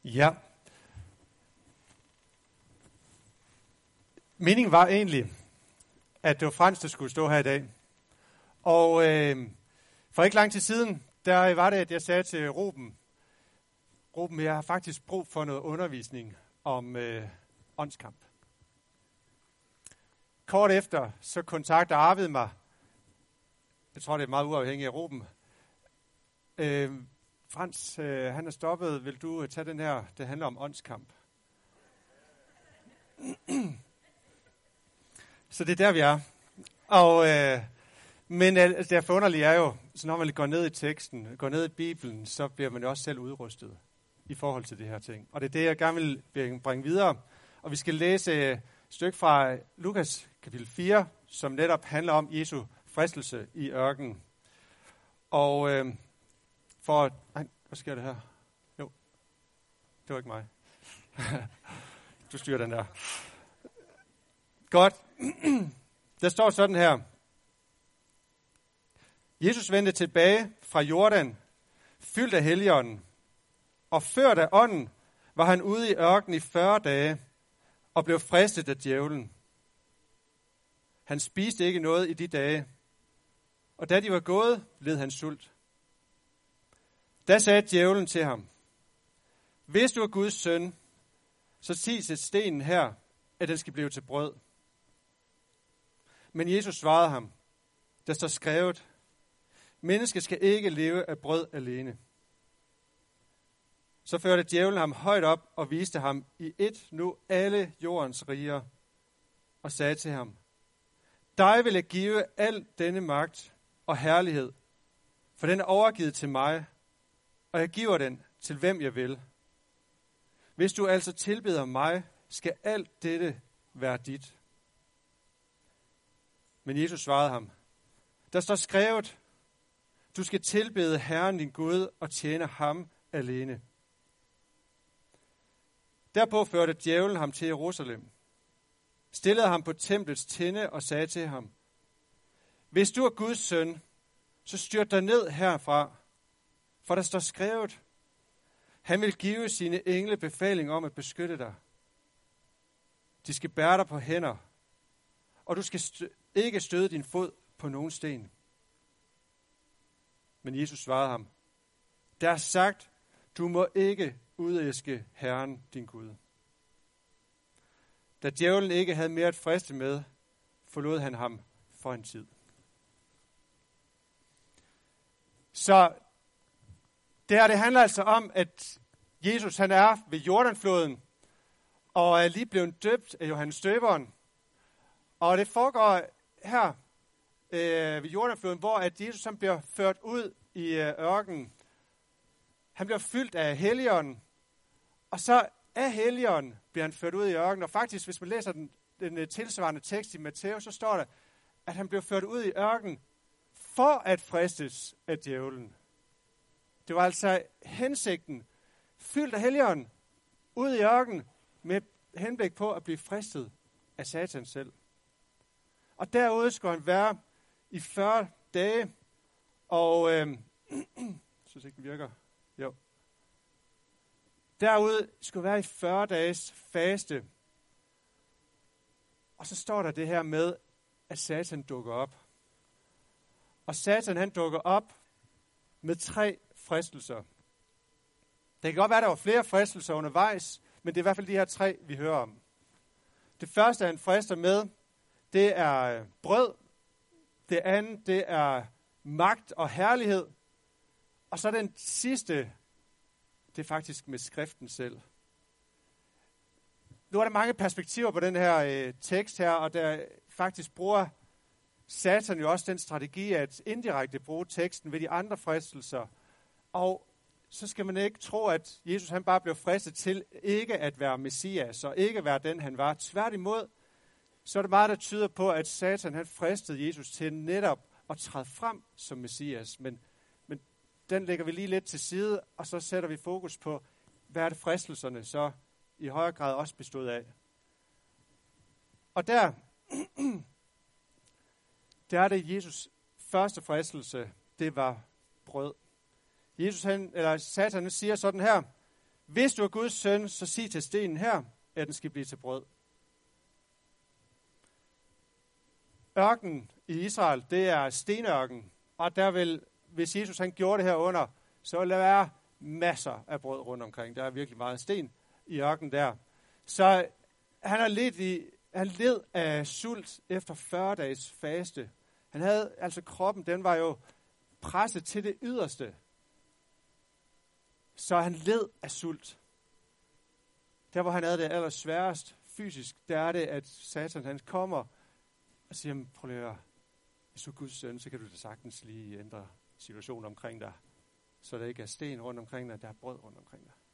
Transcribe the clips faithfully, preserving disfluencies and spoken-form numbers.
Ja. Meningen var egentlig, at det var Frans, der skulle stå her i dag. Og øh, for ikke lang tid siden, der var det, at jeg sagde til Ruben, Ruben, jeg har faktisk brug for noget undervisning om øh, åndskamp. Kort efter, så kontakter Arvid mig. Jeg tror, det er meget uafhængigt af Ruben. Øh, Frans, øh, han er stoppet. Vil du tage den her? Det handler om åndskamp. Så det er der, vi er. Og, øh, men øh, det forunderlige er jo, så når man går ned i teksten, går ned i Bibelen, så bliver man jo også selv udrustet i forhold til det her ting. Og det er det, jeg gerne vil bringe videre. Og vi skal læse et stykke fra Lukas kapitel fire, som netop handler om Jesu fristelse i ørkenen. Og øh, for... Nej, hvad sker det her? Jo, det var ikke mig. Du styrer den der. Godt. Der står sådan her. Jesus vendte tilbage fra Jordan, fyldt af Helligånden, og ført af ånden var han ude i ørkenen i fyrre dage og blev fristet af djævlen. Han spiste ikke noget i de dage, og da de var gået, led han sult. Da sagde djævlen til ham, hvis du er Guds søn, så sig til stenen her, at den skal blive til brød. Men Jesus svarede ham, der står skrevet, mennesket skal ikke leve af brød alene. Så førte djævlen ham højt op og viste ham i et nu alle jordens riger, og sagde til ham, dig vil jeg give al denne magt og herlighed, for den er overgivet til mig, og jeg giver den til hvem jeg vil. Hvis du altså tilbeder mig, skal alt dette være dit. Men Jesus svarede ham, der står skrevet, du skal tilbede Herren din Gud og tjene ham alene. Derpå førte djævlen ham til Jerusalem, stillede ham på templets tinde og sagde til ham, hvis du er Guds søn, så styrt dig ned herfra, for der står skrevet, han vil give sine engle befaling om at beskytte dig. De skal bære dig på hænder, og du skal stø- ikke støde din fod på nogen sten. Men Jesus svarede ham, der er sagt, du må ikke udæske Herren din Gud. Da djævlen ikke havde mere at friste med, forlod han ham for en tid. Så det her, det handler altså om, at Jesus han er ved Jordanfloden, og er lige blevet døbt af Johannes Døberen. Og det foregår her øh, ved Jordanfloden, hvor at Jesus han bliver ført ud i øh, ørkenen. Han bliver fyldt af Helligånden, og så af Helligånden bliver han ført ud i ørkenen. Og faktisk, hvis man læser den, den tilsvarende tekst i Matthæus, så står der, at han bliver ført ud i ørkenen for at fristes af djævlen. Det var altså hensigten, fyldt af Helligånden, ud i ørkenen, med henblik på at blive fristet af Satan selv. Og derude skulle han være i fyrre dage, og øh, jeg synes ikke, den virker. Jo. Derude skulle være i fyrre dages faste. Og så står der det her med, at Satan dukker op. Og Satan han dukker op med tre fristelser. Det kan godt være, at der var flere fristelser undervejs, men det er i hvert fald de her tre, vi hører om. Det første, han frister med, det er brød. Det andet, det er magt og herlighed. Og så den sidste, det er faktisk med skriften selv. Nu er der mange perspektiver på den her øh, tekst her, og der faktisk bruger Satan jo også den strategi at indirekte bruge teksten ved de andre fristelser. Og så skal man ikke tro, at Jesus han bare blev fristet til ikke at være Messias, og ikke være den, han var. Tværtimod, så er det meget, der tyder på, at Satan han fristede Jesus til netop at træde frem som Messias. Men, men den lægger vi lige lidt til side, og så sætter vi fokus på, hvad er det fristelserne så i højere grad også bestod af. Og der, der er det Jesus første fristelse, det var brød. Jesus han, eller Satan siger sådan her, hvis du er Guds søn, så sig til stenen her, at den skal blive til brød. Ørken i Israel, det er stenørken, og der vil, hvis Jesus han gjorde det her under, så vil der være masser af brød rundt omkring. Der er virkelig meget sten i ørken der. Så han har lidt i, han led af sult efter fyrre dages faste. Han havde, altså kroppen, den var jo presset til det yderste. Så han led af sult. Der, hvor han havde det allersværest fysisk, der er det, at Satan han kommer og siger, prøv lige at høre, hvis du er Guds søn, så kan du da sagtens lige ændre situationen omkring dig, så der ikke er sten rundt omkring dig, der er brød rundt omkring dig.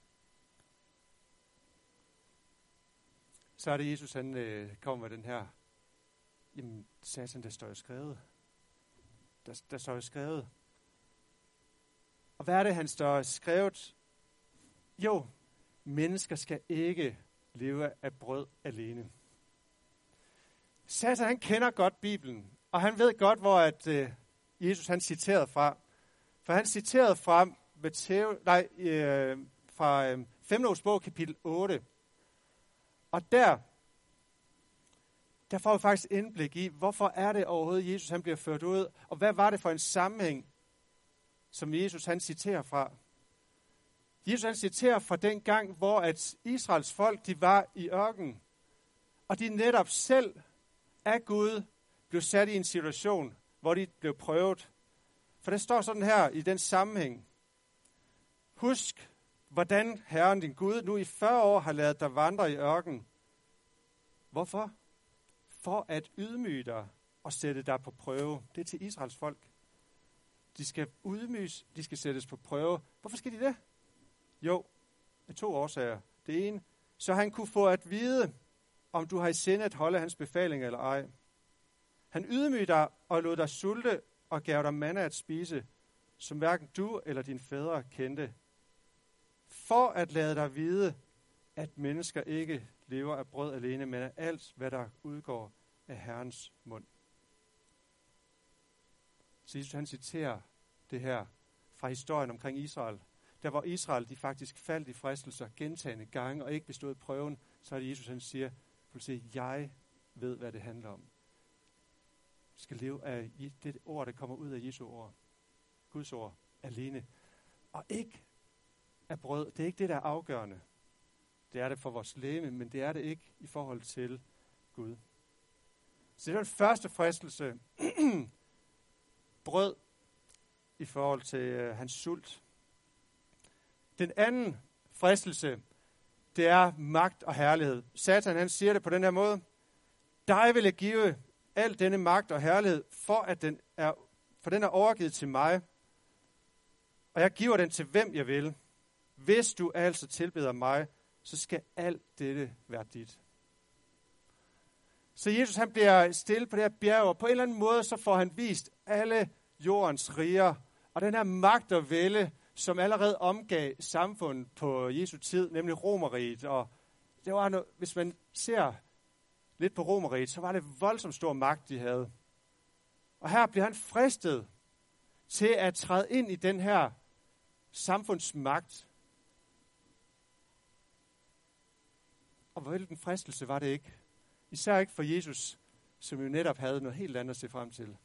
Så er det Jesus, han øh, kommer med den her, jamen Satan, der står jo skrevet. Der, der står jo skrevet. Og hvad er det, han står skrevet? Jo, mennesker skal ikke leve af brød alene. Satan, han kender godt Bibelen, og han ved godt, hvor at, øh, Jesus han citerede fra. For han citerede fra, Matthæus, nej, øh, fra øh, femte bog, kapitel otte. Og der, der får vi faktisk indblik i, hvorfor er det overhovedet, Jesus han bliver ført ud, og hvad var det for en sammenhæng, som Jesus han citerer fra. Jesus han citerer fra den gang, hvor at Israels folk, de var i ørkenen, og de netop selv af Gud blev sat i en situation, hvor de blev prøvet. For der står sådan her i den sammenhæng. Husk, hvordan Herren din Gud nu i fyrre år har ladet dig vandre i ørkenen. Hvorfor? For at ydmyge dig og sætte dig på prøve. Det er til Israels folk. De skal ydmyges, de skal sættes på prøve. Hvorfor skal de det? Jo, af to årsager. Det ene, så han kunne få at vide, om du har i sinde at holde hans befaling eller ej. Han ydmygede dig og lod dig sulte og gav dig manna at spise, som hverken du eller dine fædre kendte. For at lade dig vide, at mennesker ikke lever af brød alene, men af alt, hvad der udgår af Herrens mund. Så Jesus han citerer det her fra historien omkring Israel. Der hvor Israel de faktisk faldt i fristelser gentagne gange og ikke bestod prøven, så er det Jesus han siger, at jeg ved, hvad det handler om. Du skal leve af det ord, der kommer ud af Jesu ord. Guds ord alene. Og ikke af brød. Det er ikke det, der er afgørende. Det er det for vores legeme, men det er det ikke i forhold til Gud. Så det er den første fristelse. Brød i forhold til øh, hans sult. Den anden fristelse, det er magt og herlighed. Satan han siger det på den her måde. Dig vil jeg give al denne magt og herlighed, for at den er, for den er overgivet til mig. Og jeg giver den til hvem jeg vil. Hvis du altså tilbeder mig, så skal alt dette være dit. Så Jesus han bliver stille på det her bjerg, og på en eller anden måde så får han vist alle jordens riger, og den her magt og vælde, som allerede omgav samfundet på Jesu tid, nemlig Romerriget. Og det var noget, hvis man ser lidt på Romerriget, så var det voldsomt stor magt, de havde. Og her bliver han fristet til at træde ind i den her samfundsmagt. Og hvilken fristelse var det ikke? Især ikke for Jesus, som jo netop havde noget helt andet at se frem til.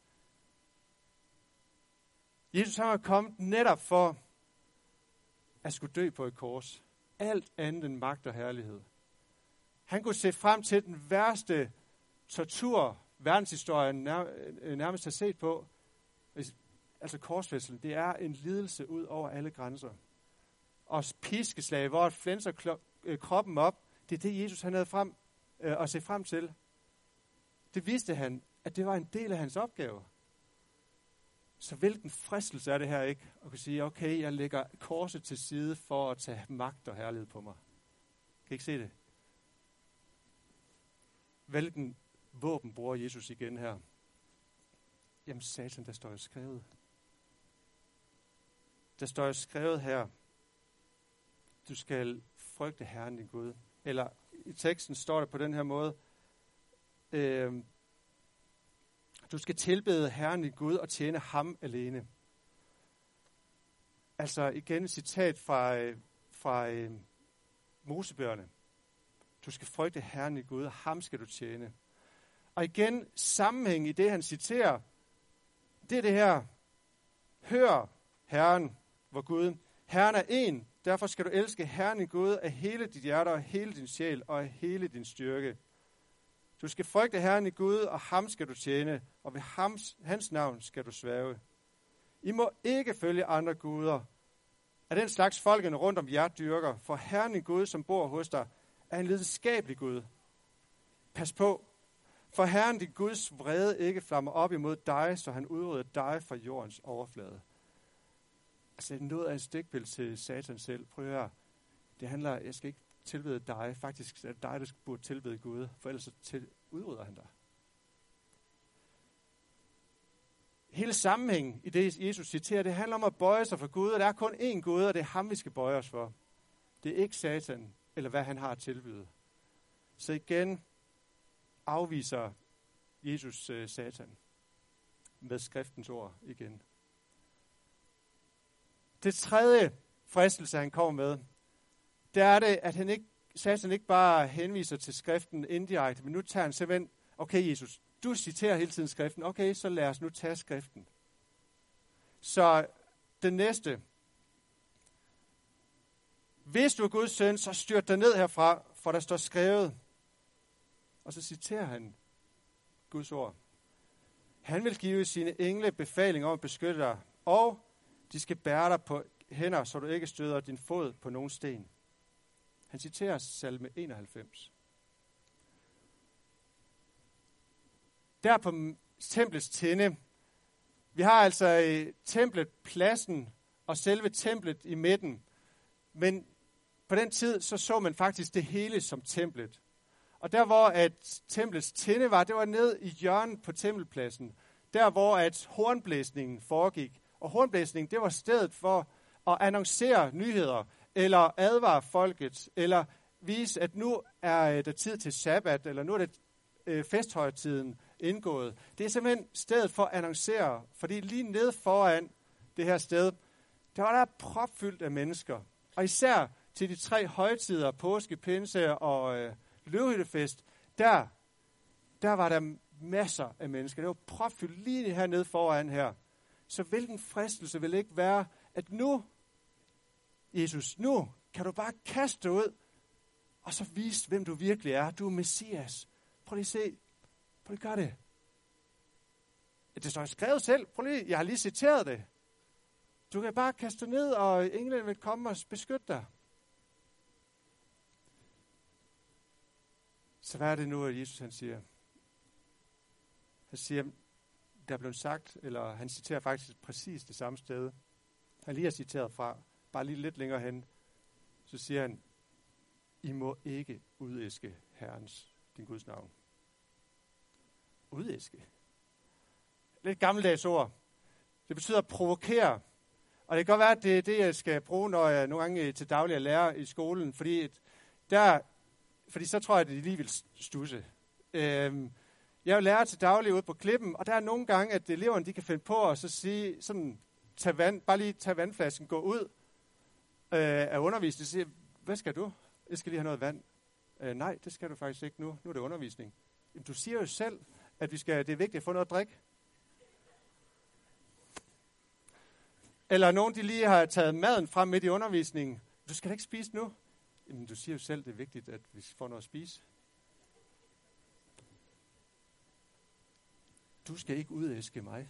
Jesus han var kommet netop for at skulle dø på et kors. Alt andet end magt og herlighed. Han kunne se frem til den værste tortur, verdenshistorien nærmest har set på. Altså korsfæstelsen, det er en lidelse ud over alle grænser. Og piskeslag, hvor et flænser kroppen op, det er det, Jesus han havde frem, øh, at se frem til. Det vidste han, at det var en del af hans opgave. Så hvilken fristelse er det her ikke? At kunne sige, okay, jeg lægger korset til side for at tage magt og herlighed på mig. Kan I ikke se det? Hvilken våben bruger Jesus igen her? Jamen satan, der står jo skrevet. Der står jo skrevet her, du skal frygte Herren din Gud. Eller i teksten står det på den her måde, øh, du skal tilbede Herren din Gud og tjene ham alene. Altså igen et citat fra, fra fra øh, Mosebøgerne. Du skal frygte Herren i Gud, og ham skal du tjene. Og igen, sammenhæng i det, han citerer, det er det her. Hør Herren, vor Gud. Herren er en, derfor skal du elske Herren i Gud af hele dit hjerte og hele din sjæl og af hele din styrke. Du skal frygte Herren i Gud, og ham skal du tjene, og ved hams, hans navn skal du sværge. I må ikke følge andre guder af den slags folkene rundt om jer dyrker, for Herren i Gud, som bor hos dig, er en lidenskabelig Gud. Pas på, for Herren din Guds vrede ikke flammer op imod dig, så han udrydder dig fra jordens overflade. Altså, det er noget af en stikpille til Satan selv. Prøv at høre. Det handler, jeg skal ikke tilbede dig. Faktisk er det dig, der burde tilbede Gud, for ellers så til, udrydder han dig. Hele sammenhængen i det, Jesus citerer, det handler om at bøje sig for Gud, og der er kun én Gud, og det er ham, vi skal bøje os for. Det er ikke Satan, eller hvad han har at tilbyde. Så igen afviser Jesus uh, Satan med skriftens ord igen. Det tredje fristelse, han kommer med, det er det, at han ikke, Satan ikke bare henviser til skriften indirekte, men nu tager han simpelthen, okay Jesus, du citerer hele tiden skriften, okay, så lad os nu tage skriften. Så det næste, hvis du er Guds søn, så styrt dig ned herfra, for der står skrevet. Og så citerer han Guds ord. Han vil give sine engle befaling om at beskytte dig, og de skal bære dig på hænder, så du ikke støder din fod på nogen sten. Han citerer salme enoghalvfems. Der på templets tinde, vi har altså i templet pladsen og selve templet i midten. Men på den tid, så så man faktisk det hele som templet. Og der, hvor at templets tinde var, det var ned i hjørnet på tempelpladsen. Der, hvor at hornblæsningen foregik. Og hornblæsningen, det var stedet for at annoncere nyheder, eller advare folket, eller vise, at nu er der tid til sabbat, eller nu er det øh, festhøjtiden indgået. Det er simpelthen stedet for at annoncere, fordi lige nede foran det her sted, der var der propfyldt af mennesker. Og især til de tre højtider, påske, pinse og øh, løvhyttefest, der, der var der masser af mennesker. Det var propfyldt lige hernede foran her. Så hvilken fristelse vil ikke være, at nu, Jesus, nu kan du bare kaste ud, og så vise, hvem du virkelig er. Du er Messias. Prøv lige at se. Prøv lige at gøre det. Det står skrevet selv. Prøv lige, jeg har lige citeret det. Du kan bare kaste ned, og englen vil komme og beskytte dig. Så hvad er det nu, at Jesus han siger? Han siger, der er blevet sagt, eller han citerer faktisk præcis det samme sted. Han lige har citeret fra, bare lige lidt længere hen. Så siger han, I må ikke udæske Herrens, din Guds navn. Udæske. Lidt gammeldags ord. Det betyder at provokere. Og det kan godt være, at det er det, jeg skal bruge, når jeg nogle gange til daglig er lærer i skolen. Fordi, der, fordi så tror jeg, at de lige vil stusse. Øhm, jeg er jo lærer til daglig ude på Klippen, og der er nogle gange, at eleverne de kan finde på at så sige, sådan, tag vand, bare lige tage vandflasken, gå ud øh, af undervisning og sige, hvad skal du? Jeg skal lige have noget vand. Øh, nej, det skal du faktisk ikke nu. Nu er det undervisning. Jamen, du siger jo selv, at vi skal, det er vigtigt at få noget at drikke. Eller nogen, de lige har taget maden frem midt i undervisningen. Du skal da ikke spise nu. Jamen, du siger jo selv, det er vigtigt, at vi får noget at spise. Du skal ikke udæske mig.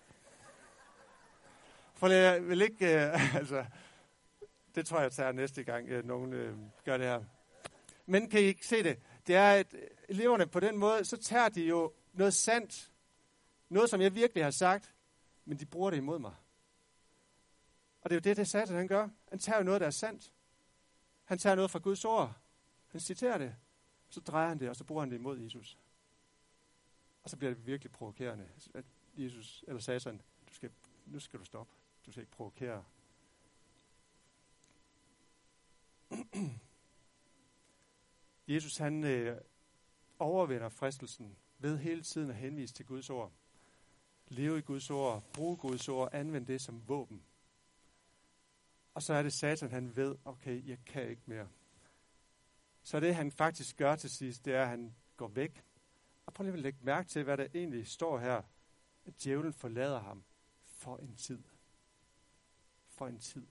For jeg vil ikke, øh, altså, det tror jeg, jeg tager næste gang, at nogen øh, gør det her. Men kan I ikke se det? Det er, at eleverne på den måde, så tager de jo noget sandt. Noget, som jeg virkelig har sagt, men de bruger det imod mig. Og det er jo det, det Satan han gør. Han tager jo noget, der er sandt. Han tager noget fra Guds ord. Han citerer det. Så drejer han det, og så bruger han det imod Jesus. Og så bliver det virkelig provokerende. At Jesus, eller Satan, du skal, nu skal du stoppe. Du skal ikke provokere. Jesus han øh, overvinder fristelsen ved hele tiden at henvise til Guds ord. Leve i Guds ord, bruge Guds ord, anvende det som våben. Og så er det Satan, han ved, okay, jeg kan ikke mere. Så det, han faktisk gør til sidst, det er, at han går væk. Og prøv lige at lægge mærke til, hvad der egentlig står her. At djævlen forlader ham for en tid. For en tid.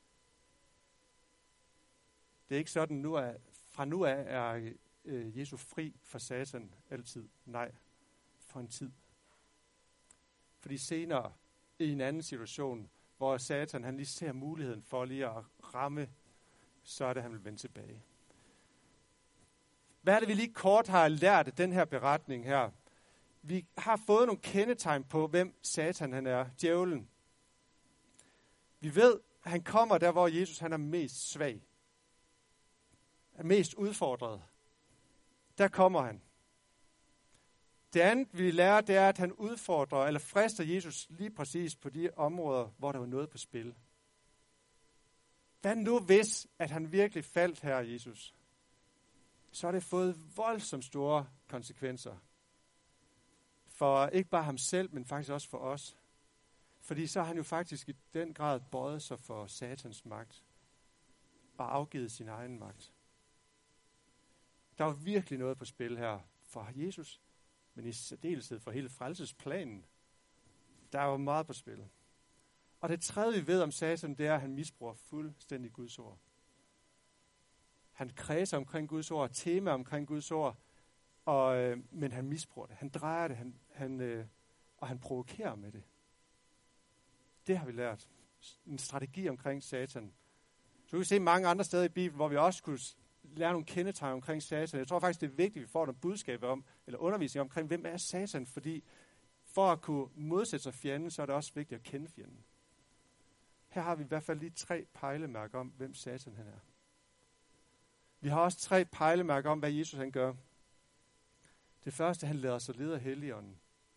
Det er ikke sådan, nu er, fra nu af er øh, Jesus fri for Satan altid. Nej, for en tid. Fordi senere, i en anden situation, hvor Satan han lige ser muligheden for lige at ramme, så er det, han vil vende tilbage. Hvad er det, vi lige kort har lært af den her beretning her? Vi har fået nogle kendetegn på, hvem Satan han er, djævlen. Vi ved, at han kommer der, hvor Jesus han er mest svag. Er mest udfordret. Der kommer han. Det andet, vi lærer, det er, at han udfordrer, eller frister Jesus lige præcis på de områder, hvor der var noget på spil. Hvad nu hvis, at han virkelig faldt her, Jesus? Så har det fået voldsomt store konsekvenser. For ikke bare ham selv, men faktisk også for os. Fordi så har han jo faktisk i den grad bøjet sig for Satans magt. Og afgivet sin egen magt. Der var virkelig noget på spil her for Jesus. Men i særdeleshed for hele frelsesplanen. Der er jo meget på spil. Og det tredje, vi ved om Satan, det er, at han misbruger fuldstændig Guds ord. Han kredser omkring Guds ord, tema omkring Guds ord, og, øh, men han misbruger det. Han drejer det, han, han, øh, og han provokerer med det. Det har vi lært. En strategi omkring Satan. Så vi kan se mange andre steder i Bibelen, hvor vi også kunne lære nogle kendetegn omkring Satan. Jeg tror faktisk, det er vigtigt, at vi får nogle budskaber om, eller undervisning omkring, hvem er Satan, fordi for at kunne modsætte sig fjenden, så er det også vigtigt at kende fjenden. Her har vi i hvert fald lige tre pejlemærker om, hvem Satan han er. Vi har også tre pejlemærker om, hvad Jesus han gør. Det første, han lader sig lede af Helligånden.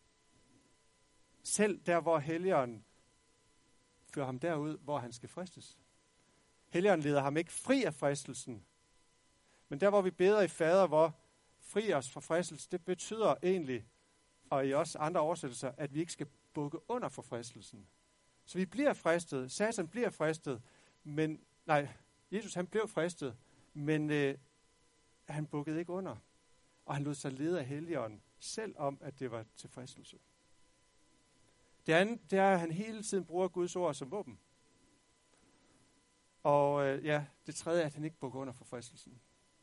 Selv der, hvor Helligånden fører ham derud, hvor han skal fristes. Helligånden leder ham ikke fri af fristelsen. Men der, hvor vi beder i fader, hvor fri os fra fristelse, det betyder egentlig, og i også andre oversættelser, at vi ikke skal bukke under for fristelsen. Så vi bliver fristet. Satan bliver fristet, men nej, Jesus han blev fristet, men øh, han bukkede ikke under. Og han lod sig lede af Helligånden, selvom at det var til fristelse. Det andet, det er, at han hele tiden bruger Guds ord som våben. Og øh, ja, det tredje er, at han ikke bukker under for fristelsen.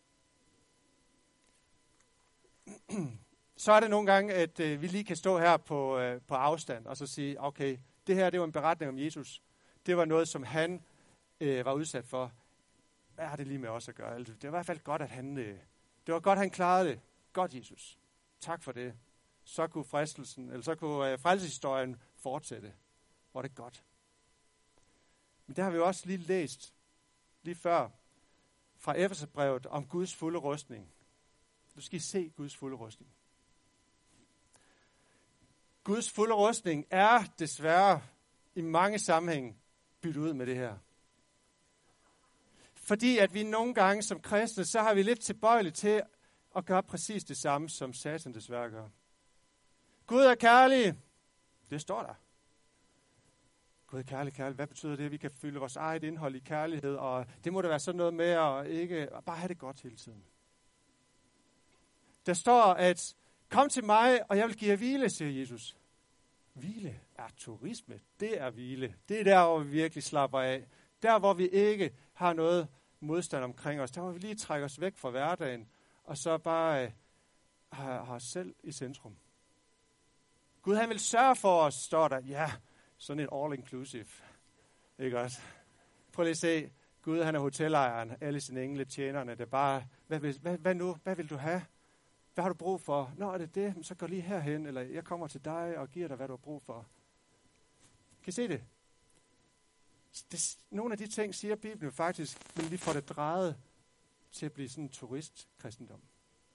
Så er det nogle gange, at øh, vi lige kan stå her på, øh, på afstand og så sige, okay, det her det var en beretning om Jesus. Det var noget, som han øh, var udsat for. Hvad har det lige med os at gøre? Det var i hvert fald godt, at han, øh, det var godt, han klarede det. Godt, Jesus. Tak for det. Så kunne fristelsen, eller så kunne øh, frelseshistorien fortsætte. Hvor det godt. Men det har vi jo også lige læst, lige før, fra Efeserbrevet om Guds fulde rustning. Du skal se Guds fulde rustning. Guds fulde rustning er desværre i mange sammenhænge byttet ud med det her. Fordi at vi nogle gange som kristne, så har vi lidt tilbøjeligt til at gøre præcis det samme, som Satan desværre gør. Gud er kærlig. Det står der. Gud er kærlig, kærlig. Hvad betyder det? Vi kan fylde vores eget indhold i kærlighed, og det må da være sådan noget med at ikke bare have det godt hele tiden. Der står, at kom til mig, og jeg vil give jer hvile, siger Jesus. Hvile er turisme. Det er hvile. Det er der, hvor vi virkelig slapper af. Der, hvor vi ikke har noget modstand omkring os. Der, hvor vi lige trækker os væk fra hverdagen, og så bare øh, har, har os selv i centrum. Gud, han vil sørge for os, står der. Ja, sådan en all-inclusive. Ikke også? Prøv lige at se. Gud, han er hotelejeren. Alle sine engle tjenerne. Det er bare, hvad, vil, hvad, hvad nu? Hvad vil du have? Hvad har du brug for? Nå, er det det? Så gå lige herhen, eller jeg kommer til dig og giver dig, hvad du har brug for. Kan I se det? det nogle af de ting siger Bibelen jo faktisk, men vi får det drejet til at blive sådan en turistkristendom.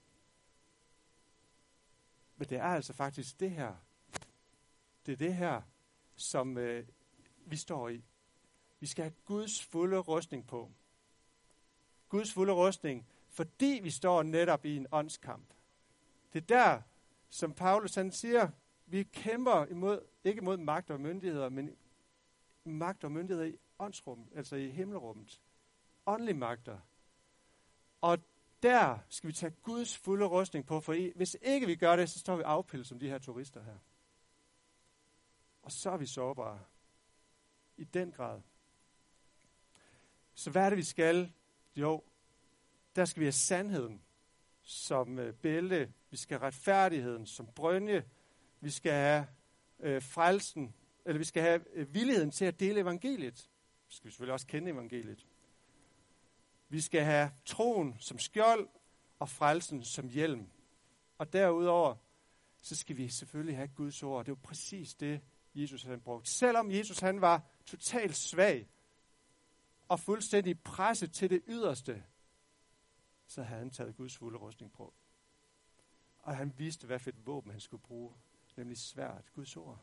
Men det er altså faktisk det her. Det er det her, som øh, vi står i. Vi skal have Guds fulde rustning på. Guds fulde rustning, fordi vi står netop i en åndskamp. Det er der, som Paulus han siger, vi kæmper imod, ikke imod magt og myndigheder, men magt og myndigheder i åndsrum, altså i himmelrummet. Åndelige magter. Og der skal vi tage Guds fulde rustning på, for hvis ikke vi gør det, så står vi afpillet som de her turister her. Og så er vi sårbare. I den grad. Så hvad er det, vi skal? Jo, der skal vi have sandheden som øh, bælte. Vi skal have retfærdigheden som brønje. Vi skal have øh, frelsen, eller vi skal have øh, villigheden til at dele evangeliet. Så skal vi selvfølgelig også kende evangeliet. Vi skal have troen som skjold og frelsen som hjelm. Og derudover, så skal vi selvfølgelig have Guds ord. Det er jo præcis det, Jesus han brugte. Selvom Jesus han var totalt svag og fuldstændig presset til det yderste, så havde han taget Guds fulde rustning på. Og han vidste, hvad for et våben han skulle bruge, nemlig sværd, Guds ord.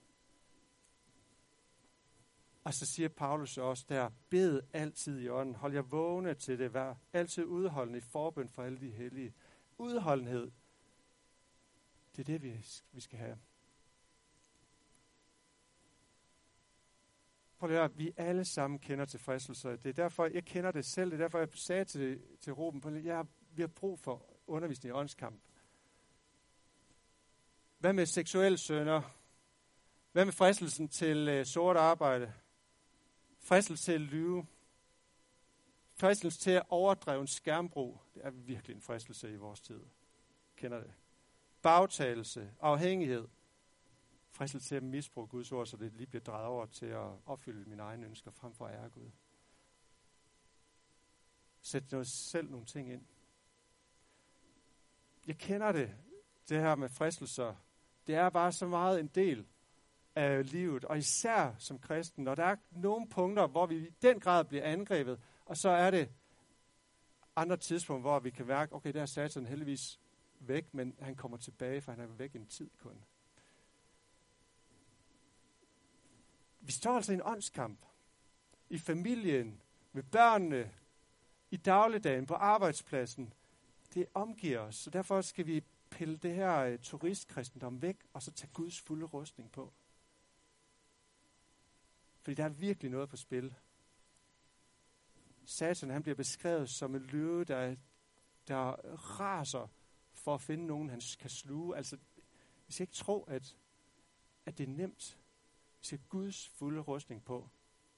Og så siger Paulus også der, bed altid i ånden, hold jer vågne til det, vær altid udholdende i forbøn for alle de hellige. Udholdenhed, det er det, vi, vi skal have. Prøv at høre, vi alle sammen kender til fristelser. Det er derfor, jeg kender det selv. Det er derfor, jeg sagde til, til Ruben, jeg, vi har brug for undervisning i åndskamp. Hvad med seksuelle synder? Hvad med fristelsen til øh, sort arbejde? Fristelse til at lyve? Fristelse til at overdrive en skærmbrug? Det er virkelig en fristelse i vores tid. Kender det? Bagtagelse, afhængighed. Fristelse til at misbruge Guds ord, så det lige bliver drejet over til at opfylde mine egne ønsker frem for at ære Gud. Sæt noget, selv nogle ting ind. Jeg kender det, det her med fristelser. Det er bare så meget en del af livet, og især som kristen, når der er nogle punkter, hvor vi i den grad bliver angrebet, og så er det andre tidspunkter, hvor vi kan mærke, okay, der er Satan heldigvis væk, men han kommer tilbage, for han er væk en tid kun. Vi står altså i en åndskamp. I familien, med børnene, i dagligdagen, på arbejdspladsen. Det omgiver os, så derfor skal vi pille det her uh, turistkristendom væk, og så tage Guds fulde rustning på. Fordi der er virkelig noget på spil. Satan, han bliver beskrevet som en løve, der, der raser for at finde nogen, han kan sluge. Altså, vi skal ikke tro, at, at det er nemt. Vi skal have Guds fulde rustning på.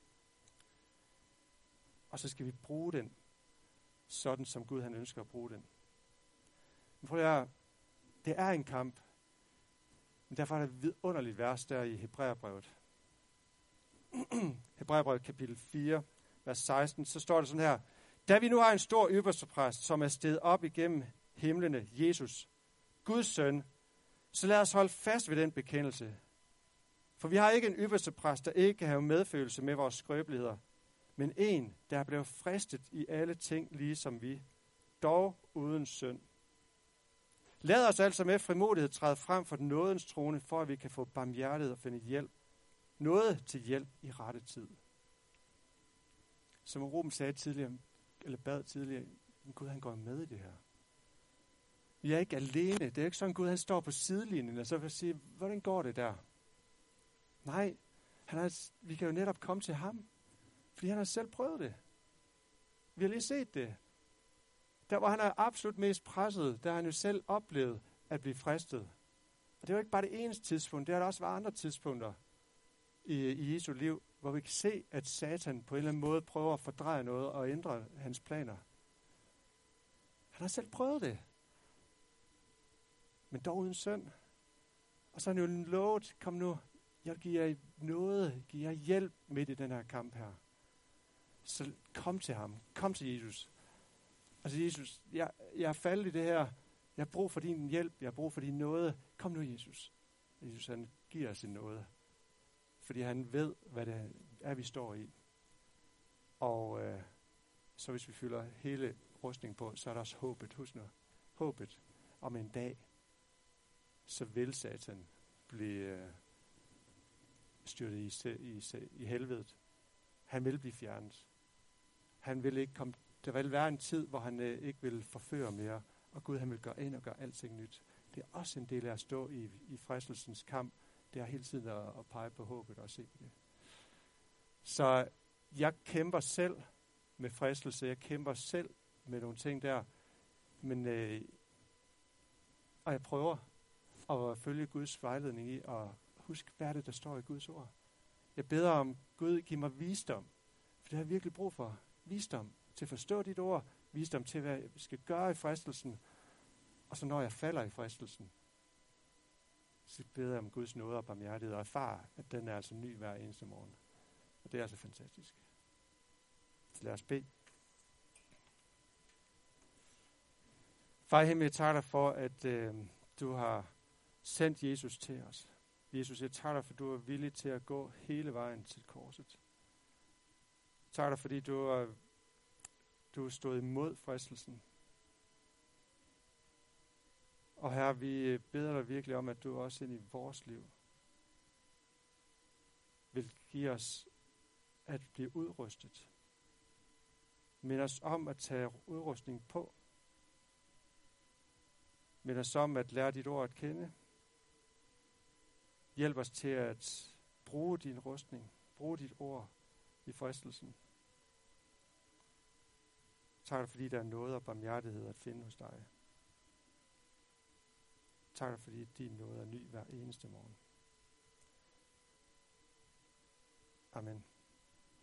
Og så skal vi bruge den, sådan som Gud han ønsker at bruge den. Men prøv at høre, det er en kamp. Men derfor er der et vidunderligt vers der i Hebræerbrevet. Hebræerbrevet kapitel fire, vers seksten, så står det sådan her. Da vi nu har en stor ypperstepræst, som er steget op igennem himlene, Jesus, Guds søn, så lad os holde fast ved den bekendelse. For vi har ikke en ypperstepræst, der ikke kan have medfølelse med vores skrøbeligheder, men en, der er blevet fristet i alle ting, ligesom vi, dog uden synd. Lad os altså med frimodighed træde frem for den nådens trone, for at vi kan få barmhjertighed og finde hjælp. Noget til hjælp i rette tid. Som Ruben sagde tidligere, eller bad tidligere, Gud han går med i det her. Vi er ikke alene. Det er ikke sådan, Gud han står på sidelinjen, og så vil sige, hvordan går det der? Nej, han har, vi kan jo netop komme til ham, fordi han har selv prøvet det. Vi har lige set det. Der, hvor han er absolut mest presset, der har han jo selv oplevet at blive fristet. Og det er jo ikke bare det eneste tidspunkt, det har der også været andre tidspunkter i, i Jesu liv, hvor vi kan se, at Satan på en eller anden måde prøver at fordreje noget og ændre hans planer. Han har selv prøvet det. Men dog uden synd. Og så har han jo lovet, kom nu, jeg giver jer noget, giver jer hjælp midt i den her kamp her. Så kom til ham, kom til Jesus. Altså Jesus, jeg, jeg er faldet i det her, jeg har brug for din hjælp, jeg har brug for din nåde. Kom nu Jesus. Jesus han giver os sin nåde. Fordi han ved, hvad det er, vi står i. Og øh, så hvis vi fylder hele rustningen på, så er der også håbet. Husk nu, håbet om en dag, så vil Satan blive øh, styrtet i, i, i helvedet. Han vil blive fjernet. Han vil ikke komme. Der vil være en tid, hvor han øh, ikke vil forføre mere, og Gud han vil gøre ind og gøre alting nyt. Det er også en del af at stå i, i fristelsens kamp. Det er hele tiden at, at pege på håbet og se det. Så jeg kæmper selv med fristelse, jeg kæmper selv med nogle ting der, men øh, og jeg prøver at følge Guds vejledning i, og husk, hvad er det, der står i Guds ord. Jeg beder om, Gud, giv mig visdom, for det har jeg virkelig brug for. Visdom til at forstå dit ord, visdom til, hvad jeg skal gøre i fristelsen, og så når jeg falder i fristelsen, så beder jeg om Guds nåde og barmhjertighed, og erfare, at den er altså ny hver eneste morgen. Og det er altså fantastisk. Så lad os bede. Far i himmel, jeg takker dig for, at øh, du har sendt Jesus til os. Jesus, jeg takker dig, for du er villig til at gå hele vejen til korset. Jeg takker dig, fordi du er, du er stået imod fristelsen. Og Herre, vi beder dig virkelig om, at du også ind i vores liv vil give os at blive udrustet. Mind os om at tage udrustning på. Mind os om at lære dit ord at kende. Hjælp os til at bruge din rustning, bruge dit ord i fristelsen. Tak dig, fordi der er noget og barmhjertighed at finde hos dig. Tak dig, fordi din nåde er ny hver eneste morgen. Amen.